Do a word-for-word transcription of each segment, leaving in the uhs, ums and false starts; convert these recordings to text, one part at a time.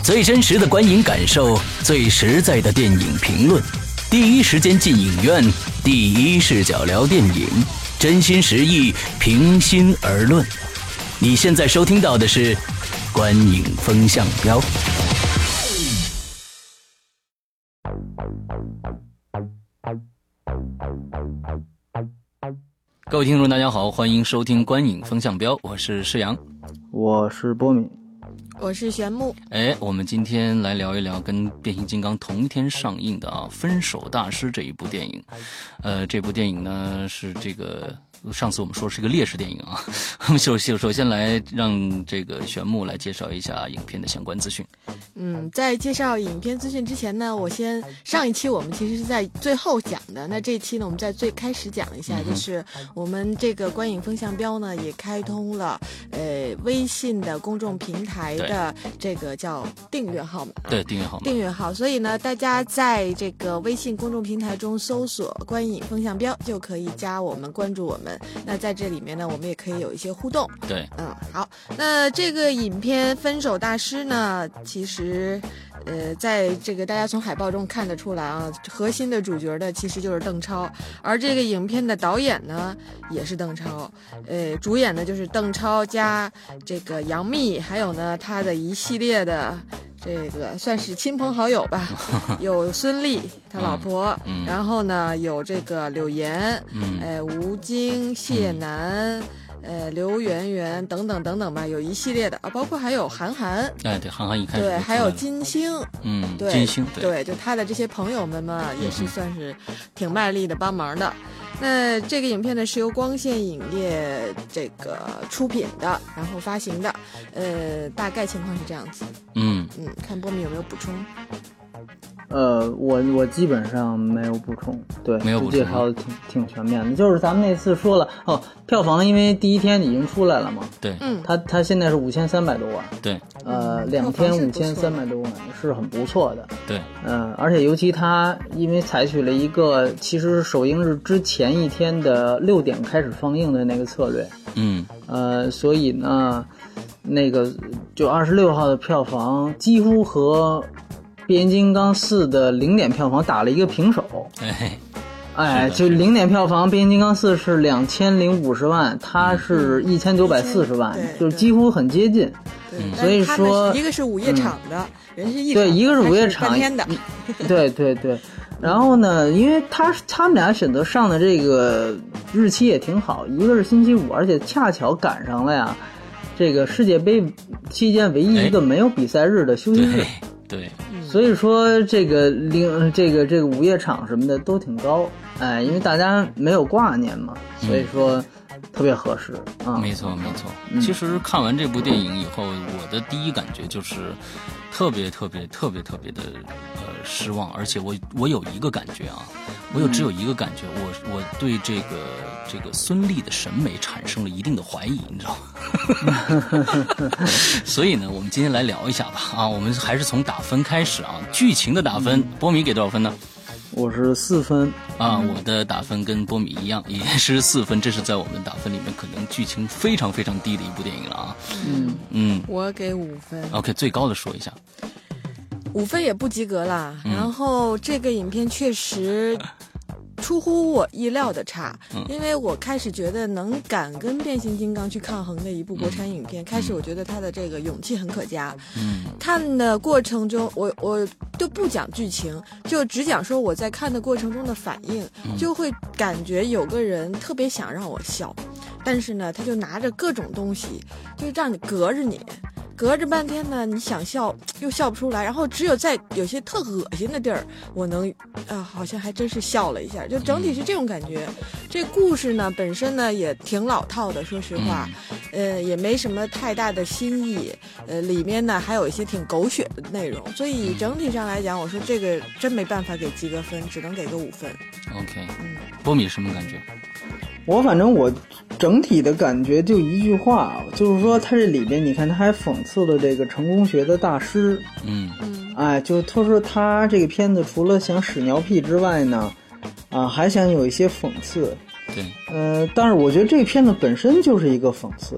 最真实的观影感受，最实在的电影评论，第一时间进影院，第一视角聊电影，真心实意，平心而论。你现在收听到的是观影风向标。各位听众大家好，欢迎收听观影风向标，我是施阳， 我是波米， 我是玄木。 哎，我们今天来聊一聊跟变形金刚同一天上映的啊《分手大师》这一部电影。呃，这部电影呢是这个上次我们说是一个烈士电影啊。我们首先首先来让这个玄木来介绍一下影片的相关资讯。 嗯，在介绍影片资讯之前呢，我先上一期我们其实是在最后讲的，那这一期呢我们在最开始讲一下，嗯、就是我们这个观影风向标呢也开通了呃微信的公众平台的这个叫订阅号嘛， 对，订阅号， 订阅号，所以呢大家在这个微信公众平台中搜索观影风向标就可以加我们，关注我们。那在这里面呢我们也可以有一些互动。 对， 嗯，好，那这个影片《分手大师》呢，其实呃在这个大家从海报中看得出来啊，核心的主角的其实就是邓超，而这个影片的导演呢也是邓超，呃主演呢就是邓超加这个杨幂，还有呢他的一系列的这个算是亲朋好友吧，有孙俪他老婆、嗯嗯、然后呢有这个柳岩、嗯呃、吴京、谢楠、嗯、呃刘媛媛等等等等吧，有一系列的啊，包括还有韩寒， 哎对，韩寒一开始对，还有金星， 嗯， 对， 金星对, 对，就他的这些朋友们嘛，也是算是挺卖力的帮忙的。那这个影片呢是由光线影业这个出品的，然后发行的，呃，大概情况是这样子。 嗯嗯，看波米有没有补充？ 呃，我我基本上没有补充，对， 没有补充， 介绍的挺挺全面的。就是咱们那次说了哦，票房因为第一天已经出来了嘛， 对， 嗯， 它它现在是五千三百多万， 对， 呃，两天五千三百多万是很不错的， 对， 嗯、呃，而且尤其它因为采取了一个其实首映日之前一天的六点开始放映的那个策略， 嗯， 呃，所以呢，那个就二十六号的票房几乎和变形金刚四的零点票房打了一个平手， 哎， 哎，就零点票房，变形金刚四是两千零五十万，它是一千九百四十万，就是几乎很接近。 对， 所以说一个是午夜场的，嗯、人是一对，一个是午夜场半天的， 对对对。然后呢，因为他他们俩选择上的这个日期也挺好，一个是星期五，而且恰巧赶上了呀，这个世界杯期间唯一一个没有比赛日的休息日。 哎对， 所以说这个零这个这个午夜场什么的都挺高，哎，因为大家没有挂念嘛，所以说特别合适啊、嗯。 没错没错、嗯。其实看完这部电影以后，我的第一感觉就是特别特别特别特别的呃失望，而且我我有一个感觉啊，我有只有一个感觉，我我对这个这个孙俪的审美产生了一定的怀疑，你知道吗？所以呢，我们今天来聊一下吧啊，我们还是从打分开始啊，剧情的打分，波米给多少分呢？ 我是四分啊，我的打分跟波米一样，也是四分，这是在我们打分里面可能剧情非常非常低的一部电影了啊。 嗯嗯， 我给五分。 OK， 最高的说一下。 五分也不及格啦、 嗯、 然后这个影片确实出乎我意料的差、嗯、因为我开始觉得能敢跟变形金刚去抗衡的一部国产影片、嗯、开始我觉得他的这个勇气很可嘉。嗯，看的过程中我我就不讲剧情，就只讲说我在看的过程中的反应、嗯、就会感觉有个人特别想让我笑，但是呢他就拿着各种东西就让你隔着你隔着半天呢，你想笑又笑不出来，然后只有在有些特恶心的地儿，我能啊，好像还真是笑了一下，就整体是这种感觉。这故事呢本身呢也挺老套的，说实话，呃，也没什么太大的新意，呃，里面呢还有一些挺狗血的内容，所以整体上来讲，我说这个真没办法给及格分，只能给个五分。 OK， 嗯， 波米什么感觉？ 我反正我整体的感觉就一句话，就是说他这里边你看他还讽刺了这个成功学的大师， 嗯嗯， 哎，就他说他这个片子除了想屎尿屁之外呢，啊，还想有一些讽刺， 对， 呃，但是我觉得这个片子本身就是一个讽刺，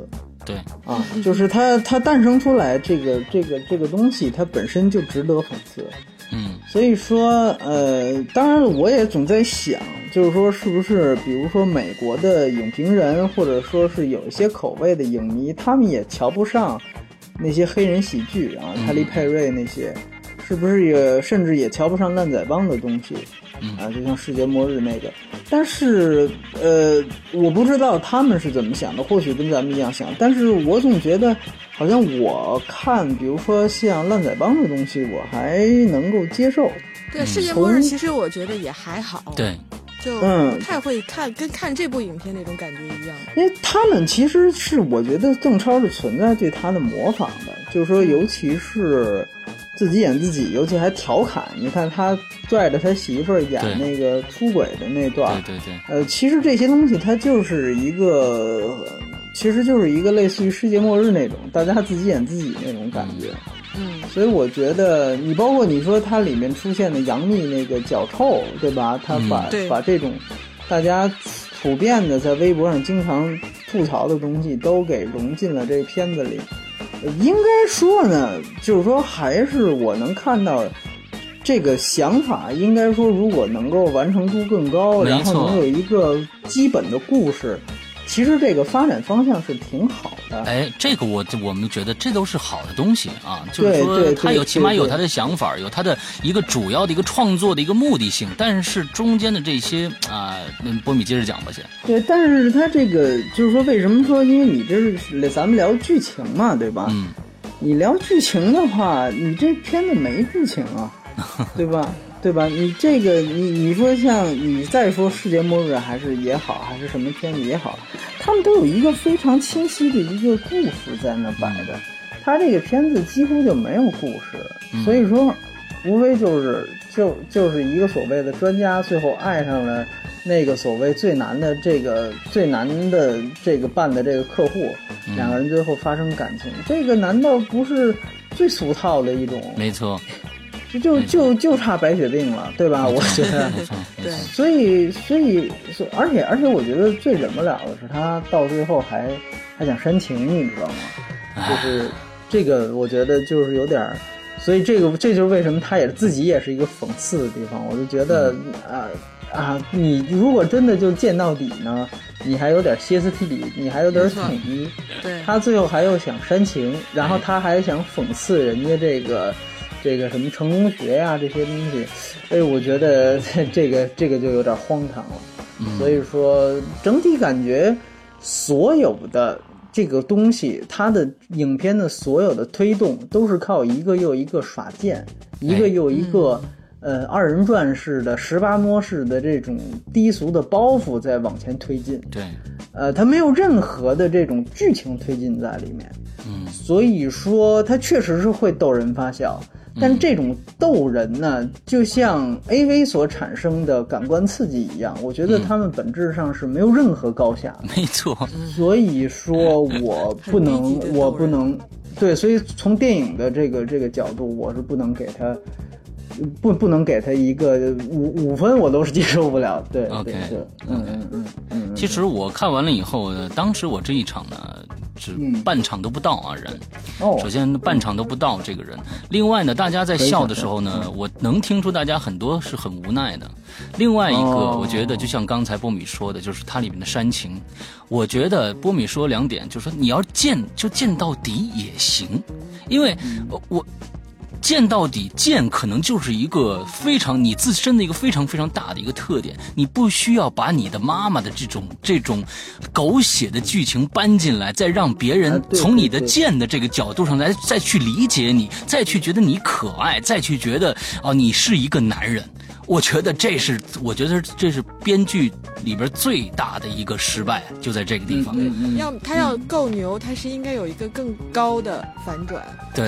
对啊，就是它它诞生出来这个这个这个东西，它本身就值得讽刺。 嗯， 所以说，呃，当然我也总在想，就是说是不是，比如说美国的影评人，或者说是有一些口味的影迷，他们也瞧不上那些黑人喜剧啊，泰利佩瑞那些，是不是也甚至也瞧不上烂仔帮的东西？啊，就像世界末日那个，但是呃，我不知道他们是怎么想的，或许跟咱们一样想，但是我总觉得好像我看，比如说像烂仔帮的东西，我还能够接受。 对，世界末日其实我觉得也还好。 对。 就不太会看、嗯、跟看这部影片那种感觉一样， 因为他们其实是我觉得邓超是存在对他的模仿的，就是说尤其是自己演自己，尤其还调侃，你看他拽着他媳妇儿演那个出轨的那段， 对对对， 呃，其实这些东西它就是一个，其实就是一个类似于世界末日那种，大家自己演自己那种感觉。 嗯， 所以我觉得你包括你说它里面出现的杨幂那个脚臭，对吧？他把、 嗯、 把这种大家普遍的在微博上经常吐槽的东西都给融进了这个片子里。应该说呢，就是说还是我能看到这个想法，应该说如果能够完成度更高，然后能有一个基本的故事。其实这个发展方向是挺好的， 哎，这个我我们觉得这都是好的东西啊，就是说他有起码有他的想法，有他的一个主要的一个创作的一个目的性，但是中间的这些啊，那波米接着讲吧先。 对，但是他这个就是说，为什么说，因为你这是咱们聊剧情嘛，对吧？ 嗯， 你聊剧情的话，你这片子没剧情啊，对吧？对吧？你这个你你说像你再说世界末日还是也好，还是什么片子也好，他们都有一个非常清晰的一个故事在那摆着。他这个片子几乎就没有故事，所以说无非就是就就是一个所谓的专家最后爱上了那个所谓最难的这个最难的这个办的这个客户，两个人最后发生感情，这个难道不是最俗套的一种？ 没错。 就就就差白血病了，对吧？我觉得， 对， 所以所以所而且而且，我觉得最忍不了的是他到最后还还想煽情，你知道吗？就是这个，我觉得就是有点，所以这个这就是为什么他也自己也是一个讽刺的地方。我就觉得啊啊，你如果真的就贱到底呢，你还有点歇斯底里，你还有点统一， 对， 他最后还又想煽情，然后他还想讽刺人家这个。这个什么成功学呀、啊、这些东西，哎，我觉得这个这个就有点荒唐了。 嗯、 所以说整体感觉所有的这个东西，它的影片的所有的推动都是靠一个又一个耍剑，一个又一个、嗯、呃二人转式的十八摸式的这种低俗的包袱在往前推进。 对， 呃，它没有任何的这种剧情推进在里面。 嗯， 所以说它确实是会逗人发笑。但这种逗人呢，就像 A V 所产生的感官刺激一样，我觉得他们本质上是没有任何高下的。 没错。 所以说我不能，我不能，对，所以从电影的这个这个角度，我是不能给他，不不能给他一个五五分，我都是接受不了。对 ，OK， 对，嗯嗯嗯嗯。 其实我看完了以后呢，当时我这一场呢。是半场都不到啊，人。 哦， 首先半场都不到这个人。另外呢，大家在笑的时候呢，我能听出大家很多是很无奈的。另外一个，我觉得就像刚才波米说的，就是它里面的煽情。我觉得波米说两点，就是说你要贱就贱到底也行，因为我。贱到底，贱可能就是一个非常你自身的一个非常非常大的一个特点，你不需要把你的妈妈的这种这种狗血的剧情搬进来，再让别人从你的贱的这个角度上来再去理解你，再去觉得你可爱，再去觉得哦你是一个男人。我觉得这是，我觉得这是编剧里边最大的一个失败，就在这个地方。 嗯嗯、要他要够牛，他是应该有一个更高的反转。 对。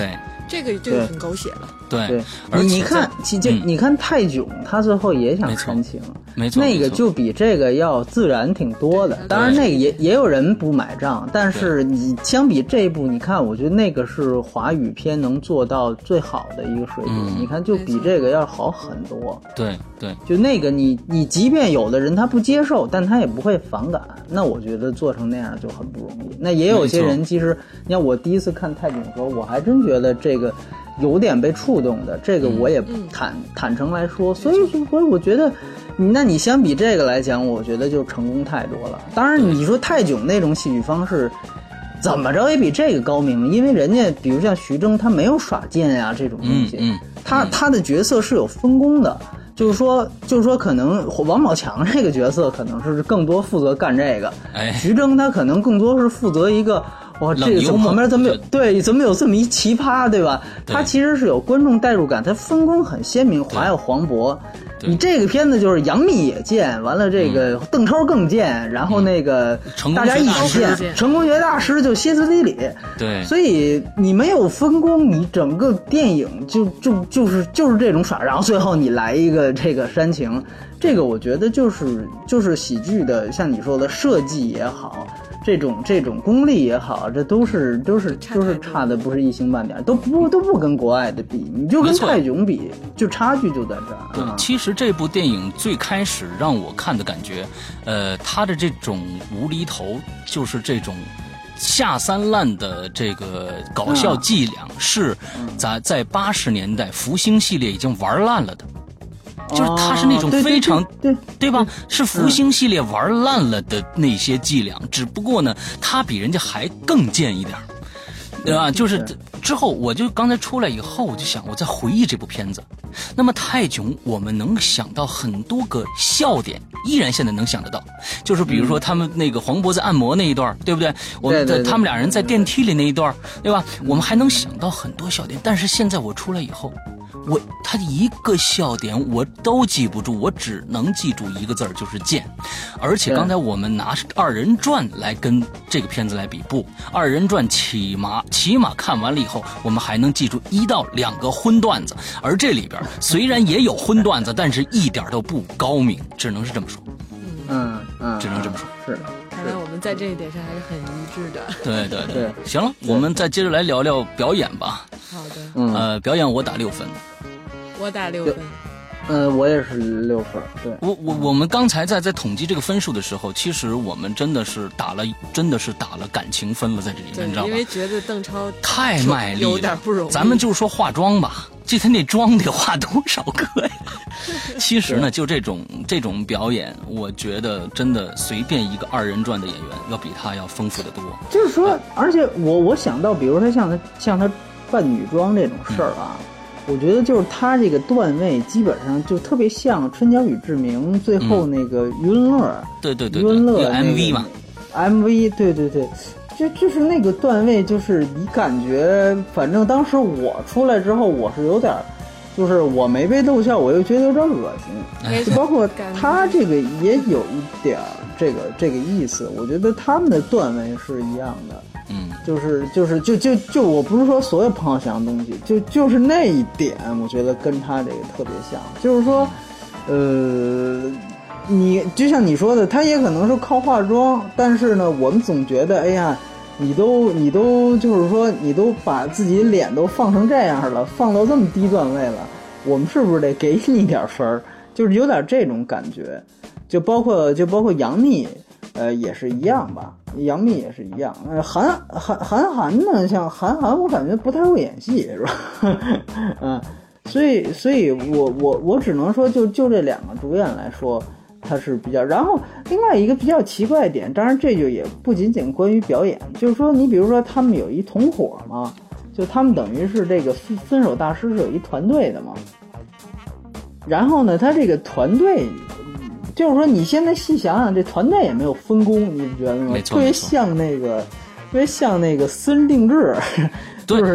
这个就很狗血了。 对， 对你你看，就、嗯、你看泰囧，他最后也想煽情， 没错， 那个就比这个要自然挺多的。当然，那个也也有人不买账，但是你相比这一部，你看，我觉得那个是华语片能做到最好的一个水准。嗯、你看，就比这个要好很多。 对对， 就那个你你即便有的人他不接受，但他也不会反感。那我觉得做成那样就很不容易。那也有些人，其实你看我第一次看泰囧的时候，我还真觉得这个。有点被触动的，这个我也坦、嗯、坦诚来说，所以所以我觉得，那你相比这个来讲，我觉得就成功太多了。当然，你说泰囧那种戏剧方式，怎么着也比这个高明，因为人家比如像徐峥，他没有耍剑呀、啊、这种东西， 嗯嗯、 他他的角色是有分工的。就是说，就是说，可能王宝强这个角色可能是更多负责干这个， 哎， 徐峥他可能更多是负责一个。哇，这个旁边怎么有对怎么有这么一奇葩，对吧？ 对他其实是有观众代入感，他分工很鲜明。还有黄渤，你这个片子就是杨幂也贱，完了这个邓超更贱，嗯、然后那个大家一起贱，成功学大师就歇斯底里。 对， 所以你没有分工，你整个电影就就就是就是这种耍，然后最后你来一个这个煽情，这个我觉得就是就是喜剧的，像你说的设计也好。这种这种功力也好，这都是都是都是差的不是一星半点，都不都不跟国外的比，你就跟泰囧比，就差距就在这儿。 对， 啊、 其实这部电影最开始让我看的感觉，呃，它的这种无厘头，就是这种下三滥的这个搞笑伎俩，嗯、是在在八十年代福星系列已经玩烂了的。就是它是那种非常、哦、 对, 对, 对, 对吧？是福星系列玩烂了的那些伎俩，嗯、只不过呢，它比人家还更贱一点，对吧？就是之后我就刚才出来以后，我就想我在回忆这部片子。那么泰囧，我们能想到很多个笑点，依然现在能想得到，就是比如说他们那个黄渤在按摩那一段，对不对？我们在他们俩人在电梯里那一段，对吧？我们还能想到很多笑点，但是现在我出来以后。我他一个笑点我都记不住，我只能记住一个字儿，就是贱。而且刚才我们拿二人转来跟这个片子来比，不，二人转起码起码看完了以后，我们还能记住一到两个荤段子。而这里边虽然也有荤段子，但是一点都不高明，只能是这么说。 嗯嗯， 只能这么说。 是。 看来我们在这一点上还是很一致的。 对对对，行了，我们再接着来聊聊表演吧。 好的。 嗯， 呃，表演我打六分。 我打六分， 呃，我也是六分。对， 我我我们刚才在在统计这个分数的时候，其实我们真的是打了，真的是打了感情分了，在这里面，你知道吗？ 因为觉得邓超太卖力了， 有点不容易。 咱们就说化妆吧，这他那妆得化多少个呀？其实呢，就这种这种表演，我觉得真的随便一个二人转的演员，要比他要丰富得多。 就是说，而且我我想到，比如他像他像他扮女装这种事儿啊。嗯，我觉得就是他这个段位基本上就特别像《春娇与志明》最后那个余文乐， 嗯、对对对， 余文乐、 那个、M V 嘛 ，M V， 对对对，就就是那个段位，就是你感觉，反正当时我出来之后，我是有点，就是我没被逗笑，我又觉得有点恶心，就包括他这个也有一点这个这个意思，我觉得他们的段位是一样的。 嗯， 就是就是就就就我不是说所有彭浩翔的东西，就就是那一点，我觉得跟他这个特别像。就是说，呃，你就像你说的，他也可能是靠化妆，但是呢，我们总觉得，哎呀，你都你都就是说，你都把自己脸都放成这样了，放到这么低段位了，我们是不是得给你点分儿？就是有点这种感觉。就包括就包括杨幂。呃，也是一样吧，杨幂也是一样。呃，韩韩韩寒呢，像韩寒，我感觉不太会演戏，是吧？嗯，所以，所以我我我只能说就，就就这两个主演来说，他是比较。然后另外一个比较奇怪的点，当然这就也不仅仅关于表演，就是说，你比如说他们有一同伙嘛，就他们等于是这个分分手大师是有一团队的嘛。然后呢，他这个团队。就是说，你现在细想想，这团队也没有分工，你觉得吗？特别像那个，特别像那个私人定制，就是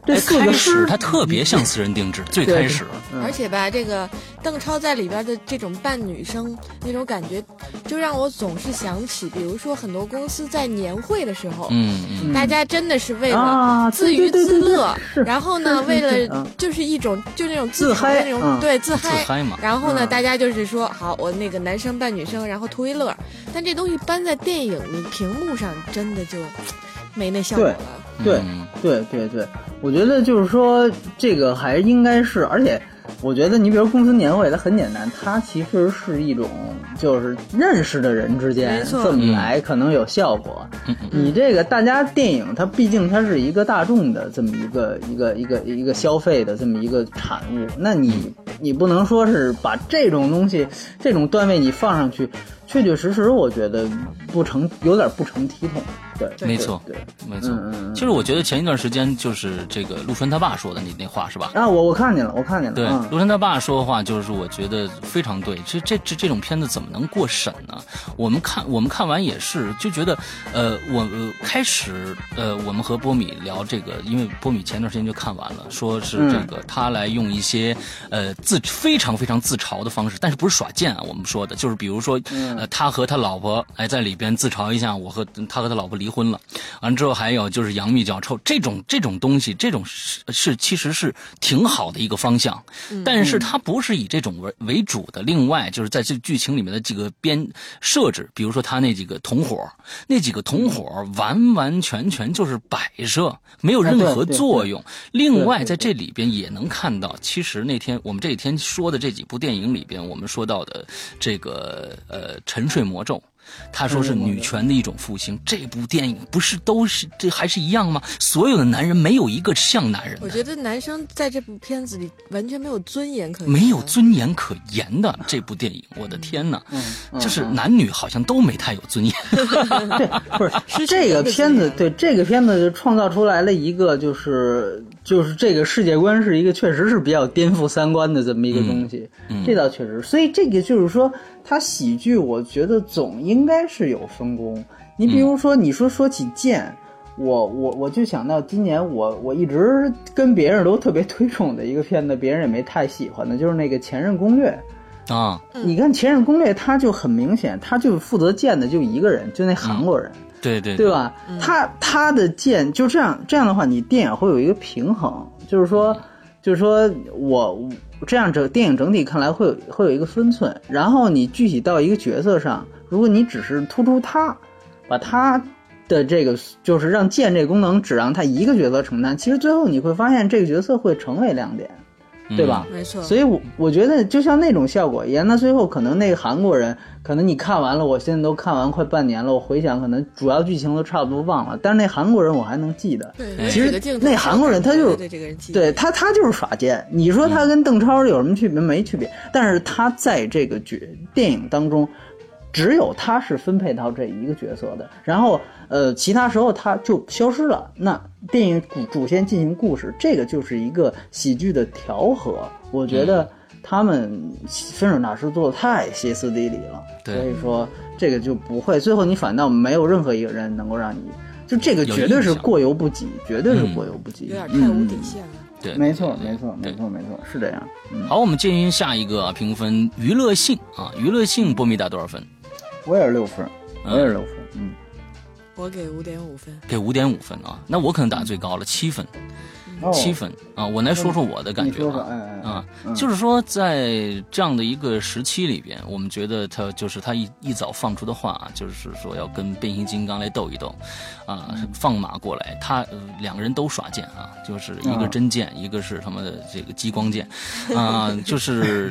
这四个诗它特别像私人定制，最开始， 而且吧，这个邓超在里边的这种扮女生那种感觉，就让我总是想起，比如说很多公司在年会的时候， 嗯嗯， 大家真的是为了自娱自乐，然后呢，为了就是一种就那种自嗨那种对自嗨， 自嗨嘛。 然后呢，大家就是说好，我那个男生扮女生，然后图一乐。但这东西搬在电影里屏幕上，真的就没那效果了。 对对对对，我觉得就是说这个还应该是，而且我觉得你比如公司年会，它很简单，它其实是一种就是认识的人之间这么来可能有效果。 嗯、 你这个大家电影它毕竟它是一个大众的这么一个一个一个一个消费的这么一个产物，那你你不能说是把这种东西这种段位你放上去，确确实实我觉得不成，有点不成体统。对， 没错， 对， 没错。 嗯嗯。 其实我觉得前一段时间就是这个陆川他爸说的那那话是吧？ 啊，我我看见了，我看见了。 对， 嗯、 陆川他爸说的话就是我觉得非常对。这这这这种片子怎么能过审呢？我们看我们看完也是就觉得，呃，我、呃、开始呃我们和波米聊这个，因为波米前段时间就看完了，说是这个、嗯、他来用一些呃自非常非常自嘲的方式，但是不是耍贱啊？我们说的就是比如说，呃，他和他老婆哎在里边自嘲一下，我和他和他老婆离婚了，完之后还有就是杨幂脚臭这种这种东西，这种是是其实是挺好的一个方向，但是它不是以这种为为主的。另外就是在这剧情里面的这个编设置，比如说他那几个同伙，那几个同伙完完全全就是摆设，没有任何作用。另外在这里边也能看到，其实那天我们这几天说的这几部电影里边，我们说到的这个呃沉睡魔咒。他说是女权的一种复兴，这部电影不是都是这还是一样吗？所有的男人没有一个像男人的。 我觉得男生在这部片子里完全没有尊严可言， 没有尊严可言的这部电影，我的天哪！嗯嗯、就是男女好像都没太有尊严。 对，不是这个片子，对这个片子就创造出来了一个就是就是这个世界观是一个确实是比较颠覆三观的这么一个东西， 嗯嗯、 这倒确实。所以这个就是说，它喜剧我觉得总应该是有分工。你比如说，你说说起剑，我我我就想到今年我我一直跟别人都特别推崇的一个片子，别人也没太喜欢的，就是那个《前任攻略》 啊。 你看《前任攻略》，他就很明显，他就负责剑的就一个人，就那韩国人。 嗯对对对吧？嗯、他他的剑就这样这样的话，你电影会有一个平衡，就是说，就是说我这样整电影整体看来会有会有一个分寸，然后你具体到一个角色上，如果你只是突出他，把他的这个就是让剑这功能只让他一个角色承担，其实最后你会发现这个角色会成为亮点。对吧？ 没错。 所以我我觉得就像那种效果一样，那最后可能那个韩国人，可能你看完了，我现在都看完快半年了，我回想可能主要剧情都差不多忘了，但是那韩国人我还能记得。 对， 其实那韩国人他就是对这个人记得， 对他他就是耍贱。你说他跟邓超有什么区别？没区别。但是他在这个剧电影当中，只有他是分配到这一个角色的，然后呃，其他时候他就消失了。那电影主主线进行故事，这个就是一个喜剧的调和。我觉得他们分手大师做的太歇斯底里了，所以说这个就不会，最后你反倒没有任何一个人能够让你，就这个绝对是过犹不及，绝对是过犹不及， 有点太无底线了。 嗯对， 没错，没错，没错，没错，是这样。嗯、 好，我们进行下一个评分，娱乐性啊，娱乐性，波米打多少分？ 我也是六分，我也是六分，嗯， 我给五点五分， 给五点五分啊，那我可能打最高了，七分。七分啊！我来说说我的感觉啊，啊，就是说在这样的一个时期里边，我们觉得他就是他一一早放出的话，就是说要跟变形金刚来斗一斗，啊，放马过来，他、呃、两个人都耍剑啊，就是一个真剑，一个是他们的这个激光剑，啊，就是、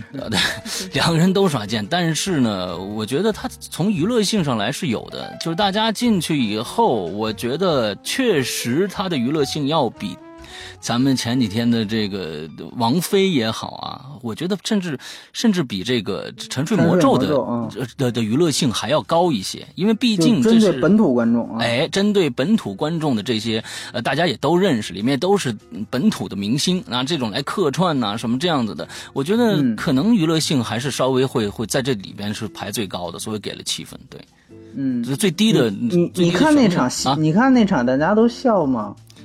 呃、两个人都耍剑，但是呢，我觉得他从娱乐性上来是有的，就是大家进去以后，我觉得确实他的娱乐性要比咱们前几天的这个王菲也好啊，我觉得甚至甚至比这个沉睡魔咒的的的的娱乐性还要高一些，因为毕竟这是针对本土观众啊， 哎，针对本土观众的这些呃，大家也都认识，里面都是本土的明星啊，这种来客串呐、啊、什么这样子的，我觉得可能娱乐性还是稍微会会在这里边是排最高的，所以给了七分，对， 嗯， 最低的你你看那场戏、啊，你看那场大家都笑吗？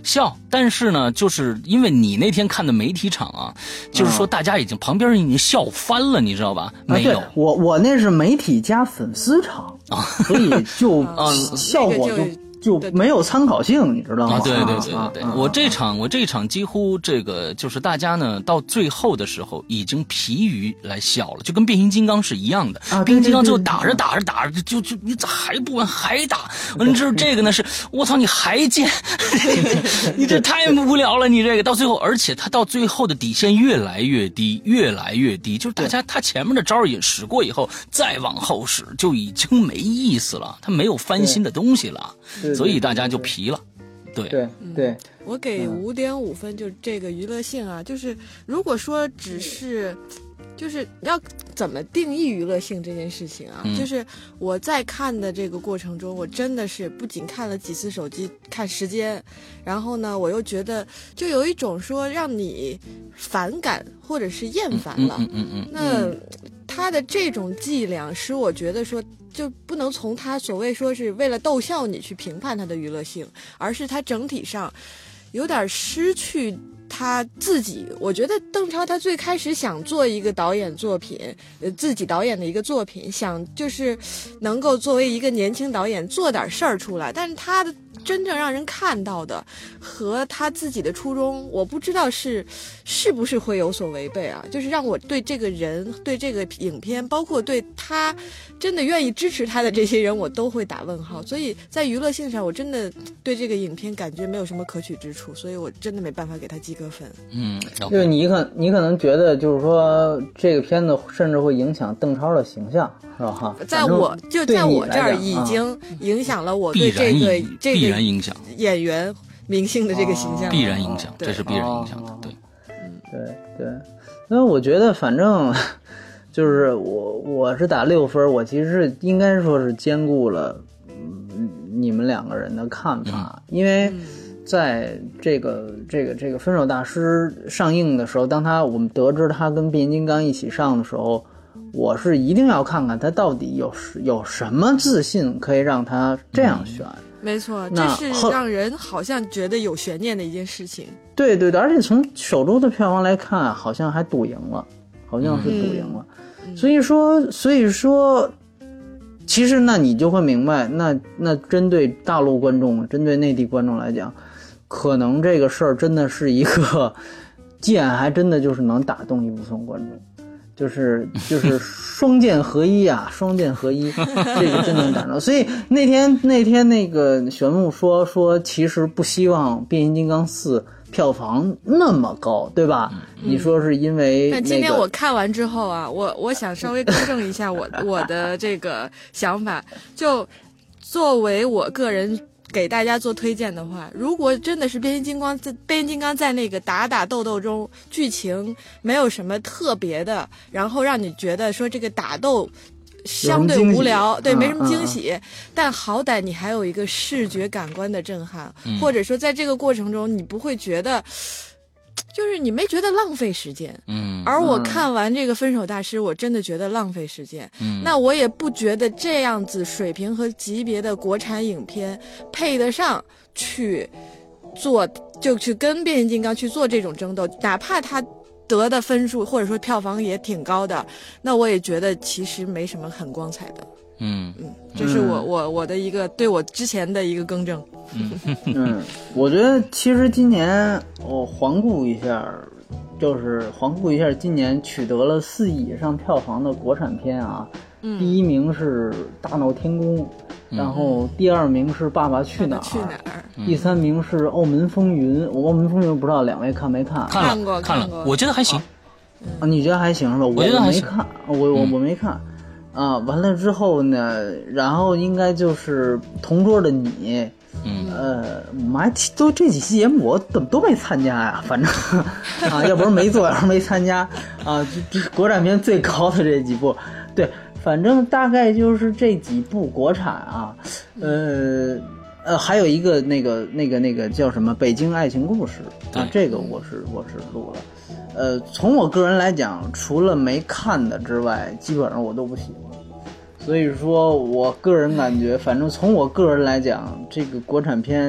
笑，但是呢，就是因为你那天看的媒体场啊，就是说大家已经旁边已经笑翻了，你知道吧？没有， 啊、我我那是媒体加粉丝场啊，所以就啊效果就。就没有参考性，你知道吗？ 啊，对对对对对， 啊、 我这场我这场几乎这个就是大家呢到最后的时候已经疲于来笑了，就跟变形金刚是一样的。 啊、 变形金刚就打着打着打着就就你咋还不完还打？完了之后这个呢是我操你还贱，你这太无聊了，你这个到最后，而且他到最后的底线越来越低，越来越低，就是大家他前面的招也使过以后，再往后使就已经没意思了，他没有翻新的东西了。所以大家就疲了，对对对、嗯。 我给五点五分，就是这个娱乐性啊，就是如果说只是，就是要怎么定义娱乐性这件事情啊， 嗯、 就是我在看的这个过程中，我真的是不仅看了几次手机看时间，然后呢，我又觉得就有一种说让你反感或者是厌烦了， 嗯嗯嗯嗯， 那他的这种伎俩使我觉得说。就不能从他所谓说是为了逗笑你去评判他的娱乐性，而是他整体上有点失去他自己。我觉得邓超他最开始想做一个导演作品，呃，自己导演的一个作品，想就是能够作为一个年轻导演做点事儿出来，但是他的真正让人看到的和他自己的初衷，我不知道是是不是会有所违背啊，就是让我对这个人对这个影片包括对他真的愿意支持他的这些人我都会打问号，所以在娱乐性上我真的对这个影片感觉没有什么可取之处，所以我真的没办法给他及格分。 嗯， 就是你可你可能觉得就是说这个片子甚至会影响邓超的形象，是吧？ 在我就在我这儿已经影响了我对这个这个必然影响演员明星的这个形象， 必然影响，这是必然影响的，对， 嗯，对对。因为我觉得反正就是我我是打六分，我其实是应该说是兼顾了嗯你们两个人的看法， 嗯、 因为在这个这个这个分手大师上映的时候，当他我们得知他跟变形金刚一起上的时候，我是一定要看看他到底有有什么自信可以让他这样选。嗯没错，这是让人好像觉得有悬念的一件事情。 对对对，而且从首周的票房来看，好像还赌赢了，好像是赌赢了。嗯、所以说，所以说，其实那你就会明白，那那针对大陆观众、针对内地观众来讲，可能这个事儿真的是一个剑，还真的就是能打动一部分观众。就是就是双剑合一啊，双剑合一，这个真能感到。所以那天那天那个玄牧说说，其实不希望变形金刚四票房那么高，对吧？嗯、你说是因为、那个？ 但今天我看完之后啊，我我想稍微更正一下我我的这个想法，就作为我个人。给大家做推荐的话，如果真的是变形金刚在变形金刚在那个打打斗斗中剧情没有什么特别的，然后让你觉得说这个打斗相对无聊，对，没什么惊喜，嗯嗯、但好歹你还有一个视觉感官的震撼，嗯、或者说在这个过程中你不会觉得就是你没觉得浪费时间， 嗯， 而我看完这个分手大师，我真的觉得浪费时间， 嗯， 那我也不觉得这样子水平和级别的国产影片配得上去做，就去跟变形金刚去做这种争斗，哪怕他得的分数或者说票房也挺高的，那我也觉得其实没什么很光彩的。 嗯嗯，这是我我我的一个对我之前的一个更正。 嗯嗯，我觉得其实今年我环顾一下，就是环顾一下今年取得了四亿以上票房的国产片啊， 嗯、 第一名是《大闹天宫》， 嗯、 然后第二名是《爸爸去哪儿》， 去哪儿？ 第三名是《澳门风云》。我《澳门风云》不知道两位看没看？ 看过看了， 我觉得还行。 啊，你觉得还行是吧？ 我觉得还行。 没看，我我我没看。啊，完了之后呢，然后应该就是同桌的你， 嗯， 呃，我们还都这几期节目我怎么都没参加呀？反正啊，要不是没做，要是没参加啊，这国产片最高的这几部，对，反正大概就是这几部国产啊，呃呃，还有一个那个那个那个叫什么《北京爱情故事》啊，这个我是我是录了。呃，从我个人来讲，除了没看的之外，基本上我都不喜欢。所以说我个人感觉，反正从我个人来讲，这个国产片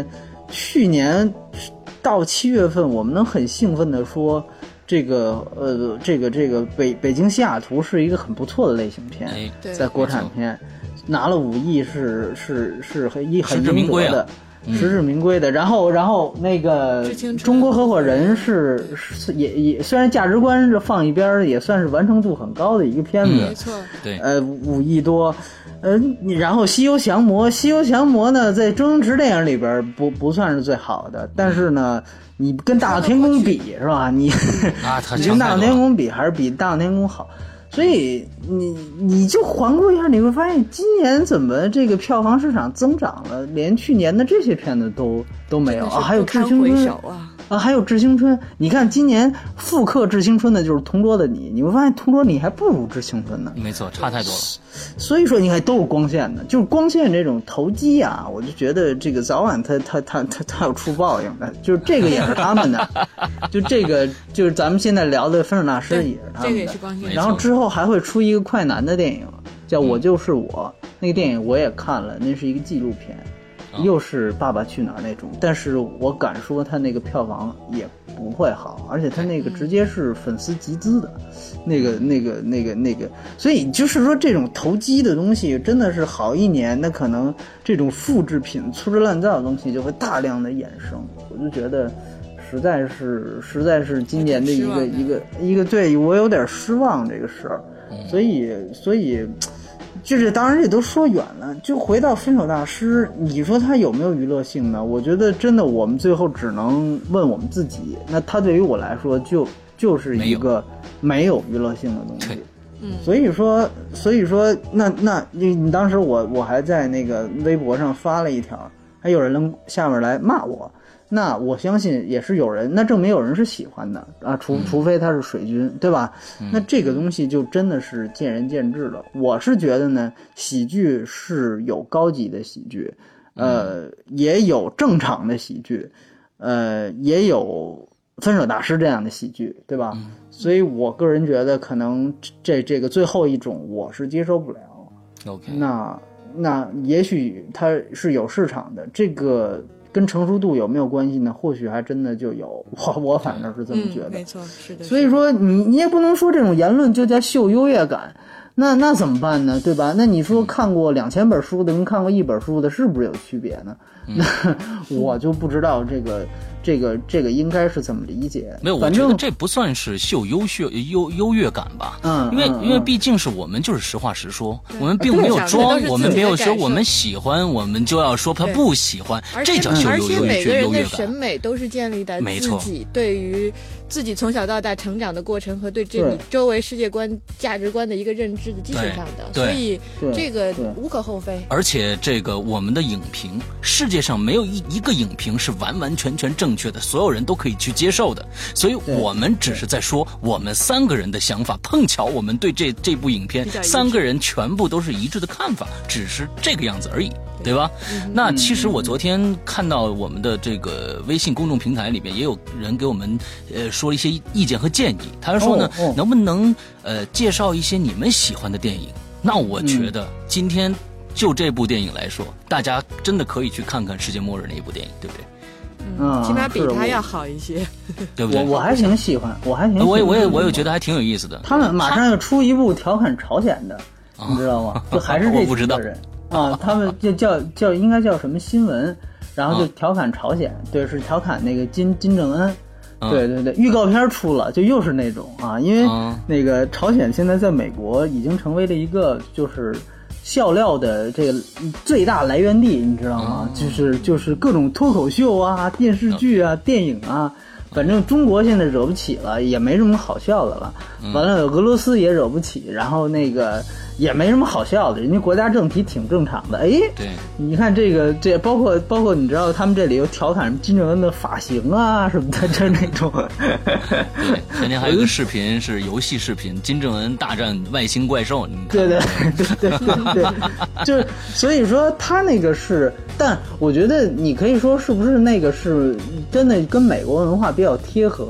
去年到七月份，我们能很兴奋的说，这个呃，这个这个北北京西雅图是一个很不错的类型片， 哎、 在国产片拿了五亿是是是很一很实至名归的。实至名归的，然后，然后那个中国合伙人是是也也虽然价值观放一边，也算是完成度很高的一个片子， 没错， 对， 呃，五亿多，呃，然后《西游降魔》，《西游降魔》呢，在周星驰电影里边不不算是最好的，但是呢，你跟《大闹天宫》比是吧？你啊， 你跟《大闹天宫》比还是比《大闹天宫》好。所以你你就环顾一下，你会发现今年怎么这个票房市场增长了，连去年的这些片子都都没有啊，还有《致青春》 啊， 啊，还有《致青春》。你看今年复刻《致青春》的就是《同桌的你》，你会发现《同桌你》还不如《致青春》呢。 没错，差太多了。 所以说，你看都是光线的，就是光线这种投机啊，我就觉得这个早晚他他他他他要出报应的，就是这个也是他们的，就这个就是咱们现在聊的《分手大师》也是他们的， 这个也是光线。 然后之后还会出一个快男的电影，叫《我就是我》，嗯、那个电影我也看了，那是一个纪录片。又是爸爸去哪儿那种，但是我敢说他那个票房也不会好，而且他那个直接是粉丝集资的，那个那个那个那个，所以就是说这种投机的东西真的是好一年，那可能这种复制品粗制滥造的东西就会大量的衍生，我就觉得实在是实在是今年的一个一个一个对我有点失望这个事儿，所以所以。就是当然这都说远了，就回到分手大师，你说他有没有娱乐性呢？我觉得真的我们最后只能问我们自己，那他对于我来说就就是一个没有娱乐性的东西。 嗯， 所以说所以说那那你你当时我我还在那个微博上发了一条，还有人下面来骂我，那我相信也是有人，那证明有人是喜欢的啊，除除非他是水军，对吧？那这个东西就真的是见仁见智了。我是觉得呢，喜剧是有高级的喜剧，呃，也有正常的喜剧，呃，也有分手大师这样的喜剧，对吧？所以我个人觉得，可能这这个最后一种我是接受不了。 OK， 那那也许它是有市场的，这个。跟成熟度有没有关系呢？或许还真的就有，我我反正是这么觉得。 嗯、没错，是的。 所以说你你也不能说这种言论就叫秀优越感，那那怎么办呢？对吧？那你说看过两千本书的跟看过一本书的是不是有区别呢？ 嗯、 那我就不知道这个这个这个应该是怎么理解。 没有，我觉得这不算是秀优越优优越感吧？ 嗯， 因为、 嗯、 因为毕竟是我们就是实话实说，我们并没有装，我们没有说我们喜欢，我们就要说他不喜欢，这叫秀优越感。 而且每个人的审美都是建立在自己对于自己从小到大成长的过程和对这里周围世界观、价值观的一个认知的基础上的，所以这个无可厚非。 而且这个我们的影评，世界上没有一一个影评是完完全全正确的，所有人都可以去接受的。所以我们只是在说我们三个人的想法，碰巧我们对这这部影片三个人全部都是一致的看法，只是这个样子而已。对吧？ 嗯、 那其实我昨天看到我们的这个微信公众平台里边也有人给我们呃说了一些意见和建议。他说呢， 哦哦、 能不能呃介绍一些你们喜欢的电影？那我觉得今天就这部电影来说，大家真的可以去看看《世界末日》那一部电影，对不对？ 嗯，起码比他要好一些， 对不对？ 我我还挺喜欢，我还挺喜欢我也我也我也觉得还挺有意思的。 他们马上要出一部调侃朝鲜的，你知道吗？就还是这几个人。啊，他们就叫叫应该叫什么新闻，然后就调侃朝鲜，啊、对，是调侃那个金金正恩，啊、对对对，预告片出了，就又是那种啊，因为那个朝鲜现在在美国已经成为了一个就是笑料的这个最大来源地，你知道吗？啊、就是就是各种脱口秀啊、电视剧啊、电影啊。反正中国现在惹不起了，也没什么好笑的了。完了，俄罗斯也惹不起，然后那个也没什么好笑的，人家国家政体挺正常的。哎， 对， 你看这个，这包括包括你知道他们这里又调侃金正恩的发型啊什么的，就是那种。 对，前天还有一个视频是游戏视频，金正恩大战外星怪兽。 对对对对对对，就是所以说他那个是，但我觉得你可以说是不是那个是真的跟美国文化比较贴合。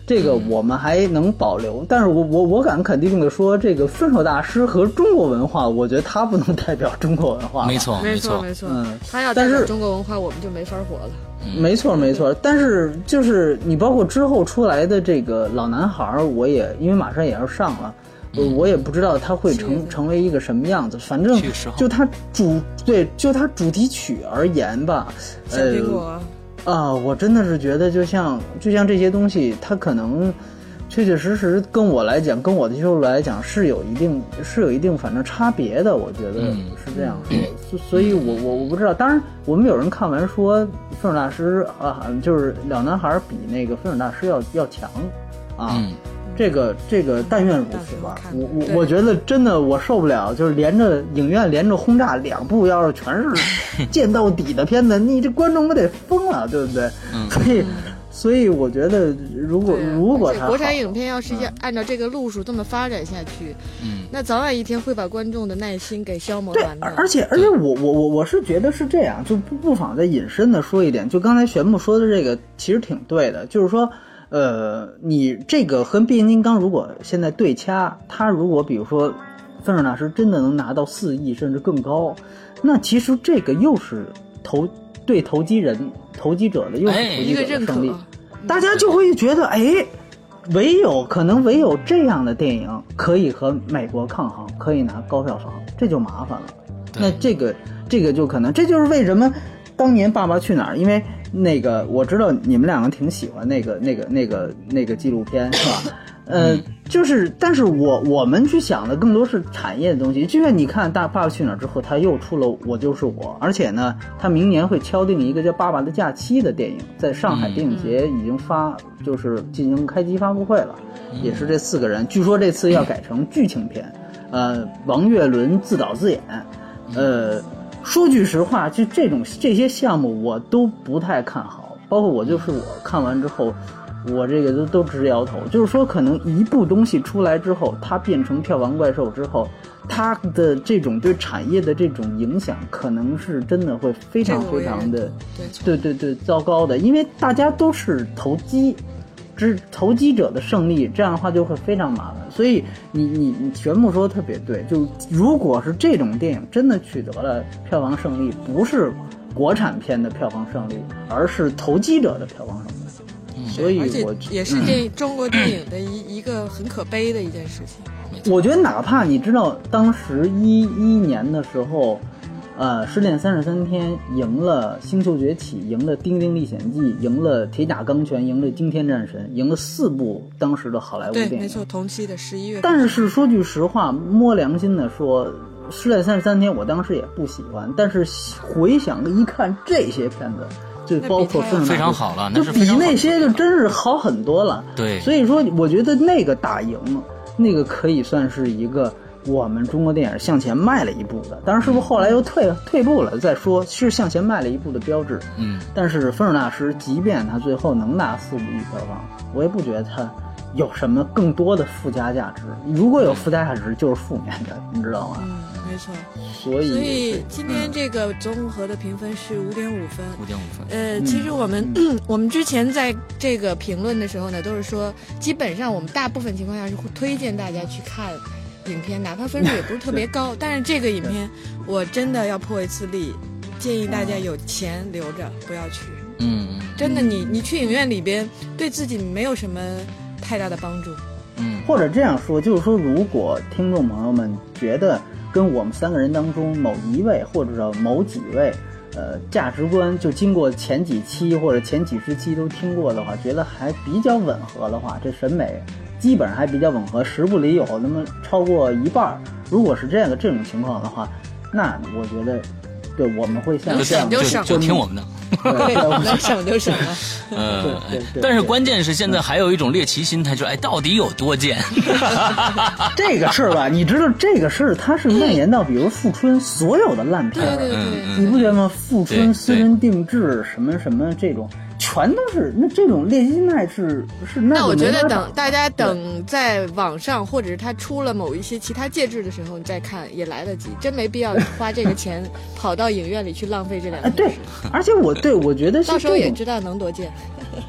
这个我们还能保留，但是我我我敢肯定的说，这个分手大师和中国文化，我觉得他不能代表中国文化。 没错， 没错， 没错。 嗯， 他要代表中国文化，我们就没法活了。 没错，没错。但是就是你包括之后出来的这个老男孩，我也因为马上也要上了。我也不知道它会成成为一个什么样子，反正就它主对就它主题曲而言吧， 小苹果啊、 呃，我真的是觉得就像就像这些东西，它可能确确实实跟我来讲，跟我的接受来讲是有一定是有一定反正差别的，我觉得是这样说，嗯、所以我我我不知道。当然，我们有人看完说《分手大师》啊，就是老男孩比那个《分手大师要》要要强啊。 嗯这个这个但愿如此吧，我我我觉得真的我受不了，就是连着影院连着轰炸两部，要是全是见到底的片子，你这观众不得疯了，对不对？ 嗯、 所以所以我觉得，如果如果它国产影片要是要按照这个路数这么发展下去，嗯，那早晚一天会把观众的耐心给消磨完的。 而且而且我我我我是觉得是这样，就不不妨再引申的说一点，就刚才玄牧说的这个其实挺对的，就是说。呃，你这个和变形金刚如果现在对掐，他如果比如说分手大师真的能拿到四亿甚至更高，那其实这个又是投对投机人投机者的又是投机者的胜利，大家就会觉得，哎，唯有可能唯有这样的电影可以和美国抗衡，可以拿高票房，这就麻烦了。那这个这个就可能，这就是为什么当年《爸爸去哪儿》，因为。那个我知道你们两个挺喜欢那个那个那个那个纪录片是吧？呃，就是但是我我们去想的更多是产业的东西。就像你看《大爸爸去哪儿》之后，他又出了《我就是我》，而且呢，他明年会敲定一个叫《爸爸的假期》的电影，在上海电影节已经发，就是进行开机发布会了，也是这四个人。据说这次要改成剧情片，呃，王岳伦自导自演，呃。说句实话，就这种这些项目我都不太看好，包括我就是我看完之后，我这个都都直摇头。就是说，可能一部东西出来之后，它变成票房怪兽之后，它的这种对产业的这种影响，可能是真的会非常非常的，对对对，糟糕的，因为大家都是投机。之投机者的胜利，这样的话就会非常麻烦。所以你你你玄牧说的特别对，就如果是这种电影真的取得了票房胜利，不是国产片的票房胜利，而是投机者的票房胜利。嗯、所以我也是电、嗯、中国电影的一一个很可悲的一件事情。 我觉得哪怕你知道当时一一年的时候。呃，失恋三十三天赢了《星球崛起》，赢了《丁丁历险记》，赢了《铁甲钢拳》，赢了《惊天战神》，赢了四部当时的好莱坞电影。 对，没错，同期的十一月。 但是说句实话，摸良心的说，《失恋三十三天》我当时也不喜欢，但是回想一看这些片子，就包括《 非常好了，那是就比那些就真是好很多了。 对， 所以说我觉得那个打赢，那个可以算是一个。我们中国电影向前迈了一步的，当然是不是后来又退退步了再说，是向前迈了一步的标志。 嗯， 但是分手大师即便他最后能拿四五亿票房，我也不觉得他有什么更多的附加价值。如果有附加价值，就是负面的，你知道吗？ 嗯，没错。 所以， 所以今天这个综合的评分是五点五分。 五点五分。 呃，其实我们、嗯、我们之前在这个评论的时候呢，都是说，基本上我们大部分情况下是会推荐大家去看。影片哪怕分数也不是特别高，但是这个影片我真的要破一次例，建议大家有钱留着，不要去。 嗯， 真的你，你你去影院里边对自己没有什么太大的帮助。 嗯， 或者这样说，就是说，如果听众朋友们觉得跟我们三个人当中某一位或者某几位，呃，价值观就经过前几期或者前几十期都听过的话，觉得还比较吻合的话，这审美。基本上还比较吻合，十部里有那么超过一半。如果是这样的这种情况的话，那我觉得，对我们会像这样就就就听我们的， 对，能省就省了。 呃，但是关键是现在还有一种猎奇心态，就是哎，到底有多贱？ 这个事儿吧，你知道这个事儿它是蔓延到比如富春所有的烂片儿， 对对对， 你不觉得吗？富春私人定制什么什么这种。全都是那这种猎奇心态是是那。 那我觉得等大家等在网上或者是他出了某一些其他介质的时候，你再看也来得及，真没必要花这个钱跑到影院里去浪费这两个小时。 对，而且我对我觉得到时候也知道能多贱。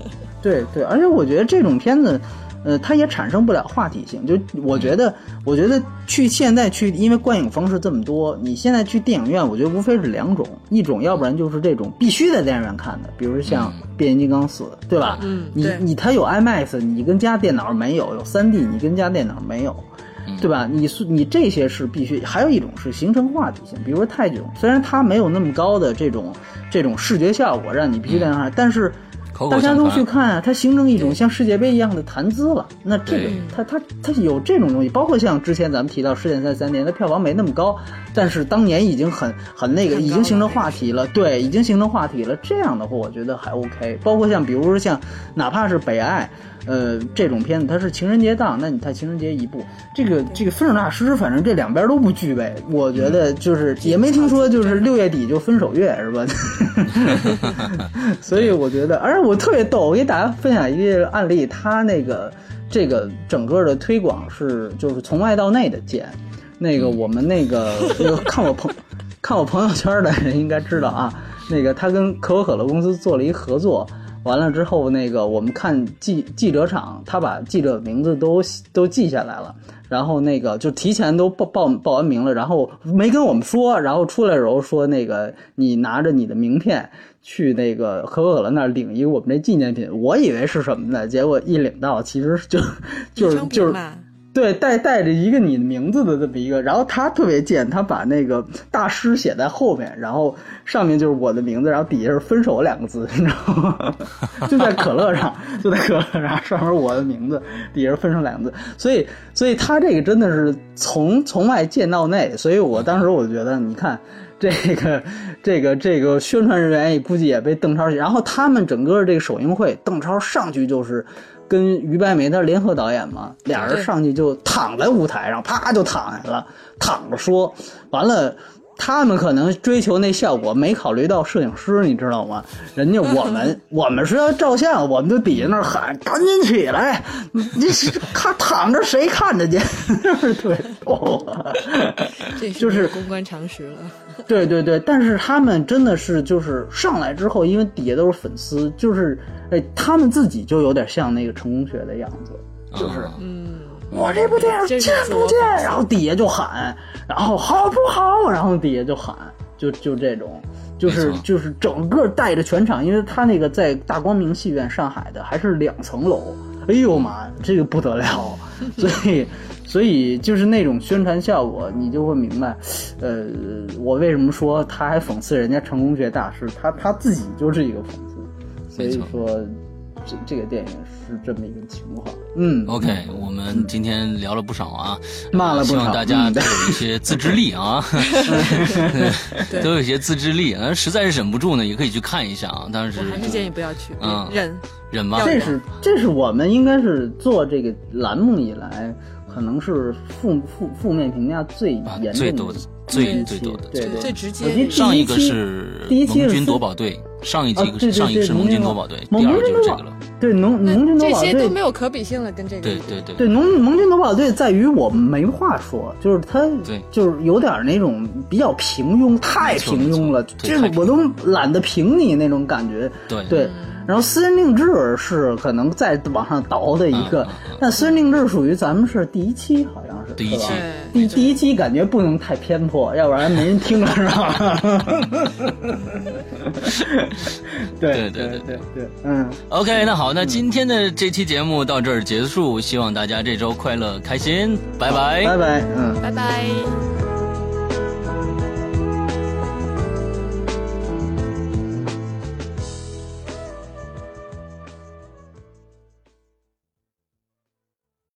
对对，而且我觉得这种片子。呃，它也产生不了话题性。就我觉得，我觉得去现在去，因为观影方式这么多，你现在去电影院，我觉得无非是两种，一种要不然就是这种必须在电影院看的，比如像《变形金刚四》，对吧？ 嗯， 你你它有 IMAX， 你跟家电脑没有；有 三 D， 你跟家电脑没有，对吧？你你这些是必须。还有一种是形成话题性，比如说泰囧，虽然它没有那么高的这种这种视觉效果，让你必须在那看，但是。大家都去看啊，它形成一种像世界杯一样的谈资了。那这个它它它有这种东西，包括像之前咱们提到《失恋三三年》，它票房没那么高，但是当年已经很很那个，已经形成话题了。对，已经形成话题了。这样的话，我觉得还 OK。包括像比如说像哪怕是《北爱》。呃，这种片子它是情人节档，那你它情人节一部，这个这个分手大师，反正这两边都不具备。我觉得就是也没听说就是六月底就分手月是吧？所以我觉得，而且我特别逗，我给大家分享一个案例，他那个这个整个的推广是就是从外到内的建。那个我们那个那个看我朋看我朋友圈的人应该知道啊，那个他跟可口可乐公司做了一合作。完了之后，那个我们看记记者场，他把记者名字都都记下来了，然后那个就提前都报报报完名了，然后没跟我们说，然后出来的时候说那个你拿着你的名片去那个可口可乐那儿领一个我们这纪念品，我以为是什么呢？结果一领到，其实就就是就是。对，带带着一个你的名字的这么一个，然后他特别贱，他把那个大师写在后面，然后上面就是我的名字，然后底下是分手两个字，你知道吗？就在可乐上，就在可乐上，上面我的名字，底下是分手两个字，所以所以他这个真的是从从外建到内，所以我当时我就觉得，你看。这个这个这个宣传人员也估计也被邓超，然后他们整个这个首映会，邓超上去就是跟于白眉他联合导演嘛，俩人上去就躺在舞台上，啪就躺下了，躺着说，完了。他们可能追求那效果，没考虑到摄影师，你知道吗？人家我们我们是要照相，我们就底下那喊赶紧起来，你看躺着谁看得见？对，哦， 这是公关常识了。 对对对，但是他们真的是就是上来之后，因为底下都是粉丝，就是哎，他们自己就有点像那个成功学的样子，就是嗯。我这部电影见不见，然后底下就喊，然后好不好，然后底下就喊，就就这种，就是就是整个带着全场，因为他那个在大光明戏院上海的还是两层楼，哎呦妈，这个不得了，所以所以就是那种宣传效果，你就会明白，呃，我为什么说他还讽刺人家成功学大师，他他自己就是一个讽刺，所以说。这这个电影是这么一个情况，嗯 ，OK， 我们今天聊了不少啊， 骂了不少， 希望大家都有一些自制力啊，都有一些自制力啊，实在是忍不住呢，也可以去看一下啊，但是我还是建议不要去， 嗯， 忍忍吧， 这是这是我们应该是做这个栏目以来，可能是负负负面评价最严重的、 最多的、最最多的， 对对， 最直接。 上一个是盟军夺宝队。上一季、 啊、对对对上一个是盟军夺宝队，第二就是这个了。 对，农盟军夺宝队这些都没有可比性了，跟这个。 对对对对，农盟军夺宝队在于我们没话说，就是他，就是有点那种比较平庸，太平庸了，就是我都懒得评你那种感觉。 对对。然后私人定制是可能再往上倒的一个，嗯嗯、但私人定制属于咱们是第一期，好像是第一期， 第第一期感觉不能太偏颇，要不然没人听了，是吧？对对对对对对，嗯。 OK， 那好，那今天的这期节目到这儿结束，希望大家这周快乐开心，拜拜， 拜拜，嗯， 拜拜。